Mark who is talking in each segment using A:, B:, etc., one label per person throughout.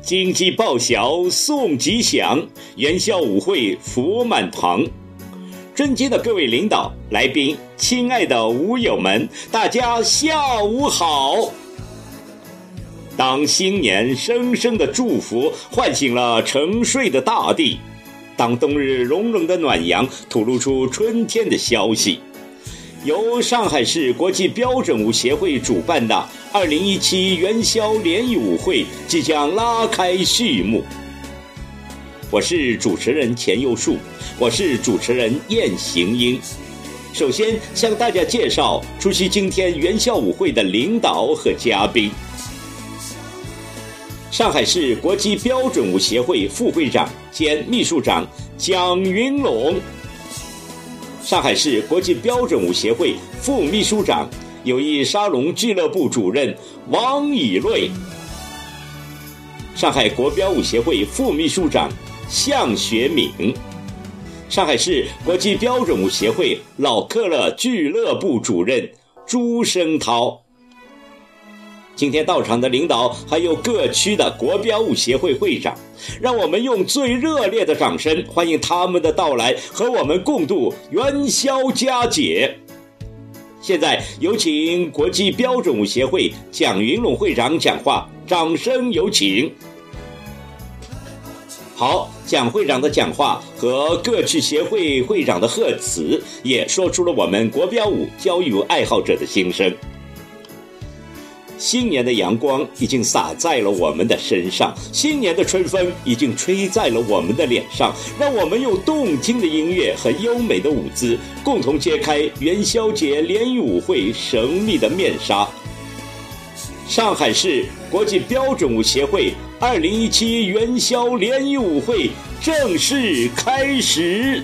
A: 金鸡报晓送吉祥，元宵舞会福满堂。尊敬的各位领导、来宾，亲爱的舞友们，大家下午好。当新年声声的祝福唤醒了沉睡的大地，当冬日融融的暖阳吐露出春天的消息，由上海市国际标准舞协会主办的2017元宵联谊舞会即将拉开序幕。我是主持人钱佑树，我是主持人燕行英。首先向大家介绍出席今天元宵舞会的领导和嘉宾。上海市国际标准舞协会副会长兼秘书长蒋云龙，上海市国际标准舞协会副秘书长、友谊沙龙俱乐部主任王以瑞，上海国标舞协会副秘书长向学敏，上海市国际标准舞协会老克勒俱乐部主任朱生涛。今天到场的领导还有各区的国标舞协会会长，让我们用最热烈的掌声欢迎他们的到来，和我们共度元宵佳节。现在有请国际标准舞协会蒋云龙会长讲话，掌声有请。好，蒋会长的讲话和各区协会会长的贺词，也说出了我们国标舞交谊舞爱好者的心声。新年的阳光已经洒在了我们的身上，新年的春风已经吹在了我们的脸上，让我们用动听的音乐和优美的舞姿，共同揭开元宵节联谊舞会神秘的面纱。上海市国际标准舞协会2017元宵联谊舞会正式开始。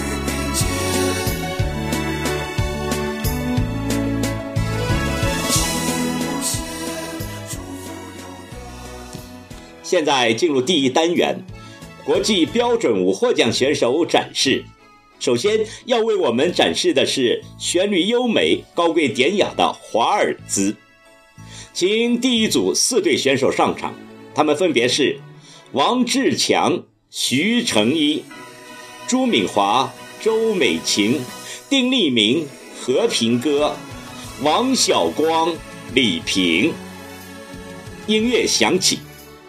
A: 现在进入第一单元，国际标准舞获奖选手展示。首先要为我们展示的是旋律优美、高贵典雅的华尔兹。请第一组4对选手上场，他们分别是王志强、徐成一、朱敏华、周美琴、丁立明、和平哥、王晓光、李平。音乐响起，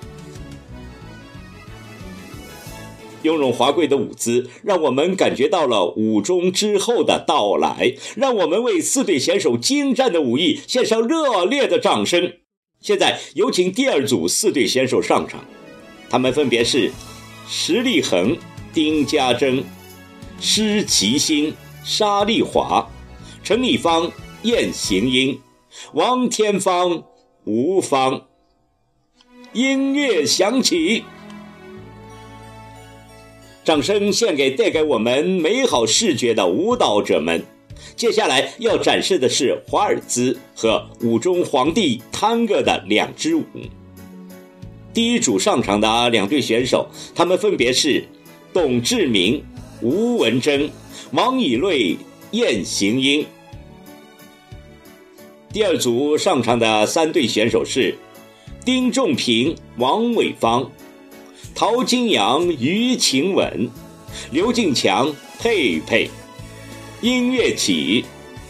A: 雍容华贵的舞姿让我们感觉到了舞中之后的到来，让我们为4对选手精湛的舞艺献上热烈的掌声。现在有请第2组4对选手上场，他们分别是石立恒、丁家珍、施其新、沙丽华、陈立芳、燕行英、王天芳、吴芳。音乐响起，掌声献给带给我们美好视觉的舞蹈者们。接下来要展示的是华尔兹和舞中皇帝探戈的2支舞。第一组上场的2对选手，他们分别是董志明、吴文珍、王以瑞、燕行英。第2组上场的3对选手是丁仲平、王伟芳、陶金阳、于晴雯、刘敬强、佩佩。音乐起，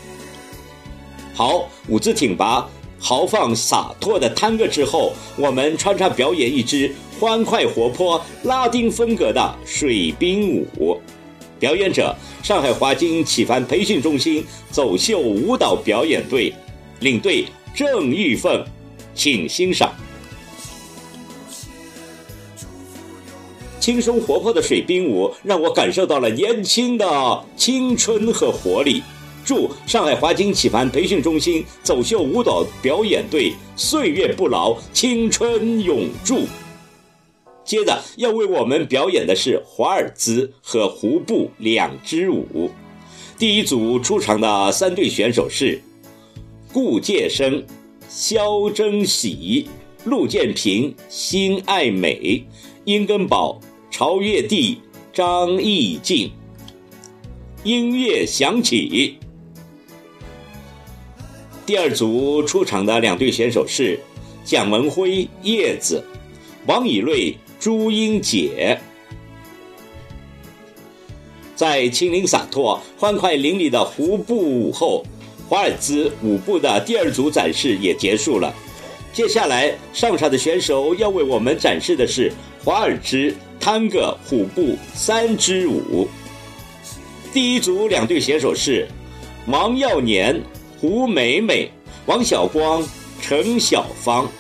A: 好，舞姿挺拔、豪放洒脱的探戈之后，我们穿插表演一支欢快活泼拉丁风格的水兵舞。表演者上海华金启帆培训中心走秀舞蹈表演队，领队郑玉凤，请欣赏。轻松活泼的水兵舞让我感受到了年轻的青春和活力。祝上海华金启帆培训中心走秀舞蹈表演队岁月不老，青春永驻。接着要为我们表演的是华尔兹和胡步2支舞。第一组出场的3对选手是顾介生、肖征喜、陆建平、辛爱美、殷根宝、曹月娣、张艺静。音乐响起，第2组出场的2对选手是蒋文辉、叶子、 王以瑞、朱英杰。在轻灵洒脱、欢快淋漓的胡步舞后，华尔兹舞步的第二组展示也结束了。接下来上场的选手要为我们展示的是华尔兹探戈虎步3支舞。第一组2队选手是王耀年、胡美美、王晓光、陈晓芳。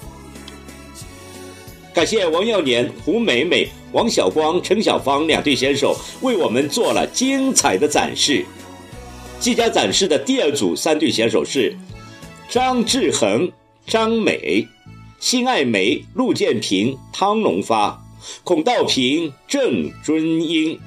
A: 感谢王耀年、胡美美、王晓光、陈晓芳2队选手为我们做了精彩的展示。即将展示的第二组3队选手是张志恒、张美、辛爱梅、陆建平、汤龙发、孔道平、郑尊英。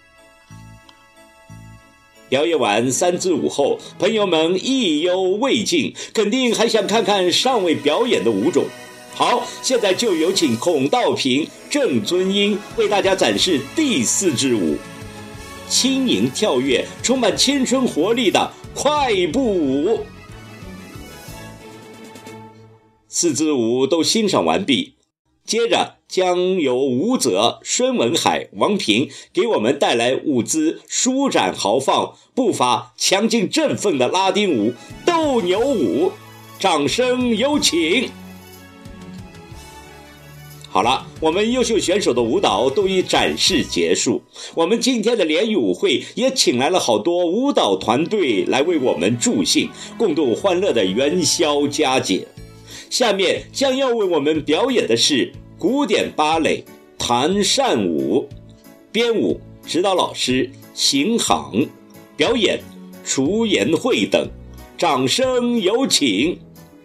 A: 表演完3支舞后，朋友们意犹未尽，肯定还想看看尚未表演的舞种。好，现在就有请孔道平、郑尊英为大家展示第4支舞，轻盈跳跃、充满青春活力的快步舞。4支舞都欣赏完毕，接着将由吴泽、孙文海、王平给我们带来舞姿舒展豪放、步伐强劲振奋的拉丁舞斗牛舞，掌声有请。好了，我们优秀选手的舞蹈都已展示结束，我们今天的联谊舞会也请来了好多舞蹈团队来为我们助兴，共度欢乐的元宵佳节。下面将要为我们表演的是古典芭蕾弹扇舞，编舞指导老师邢航，表演楚妍慧等，掌声有请。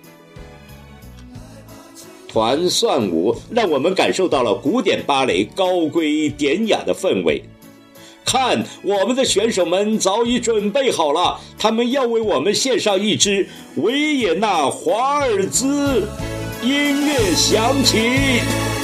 A: 团扇舞让我们感受到了古典芭蕾高贵典雅的氛围。看，我们的选手们早已准备好了，他们要为我们献上一支维也纳华尔兹。音乐响起。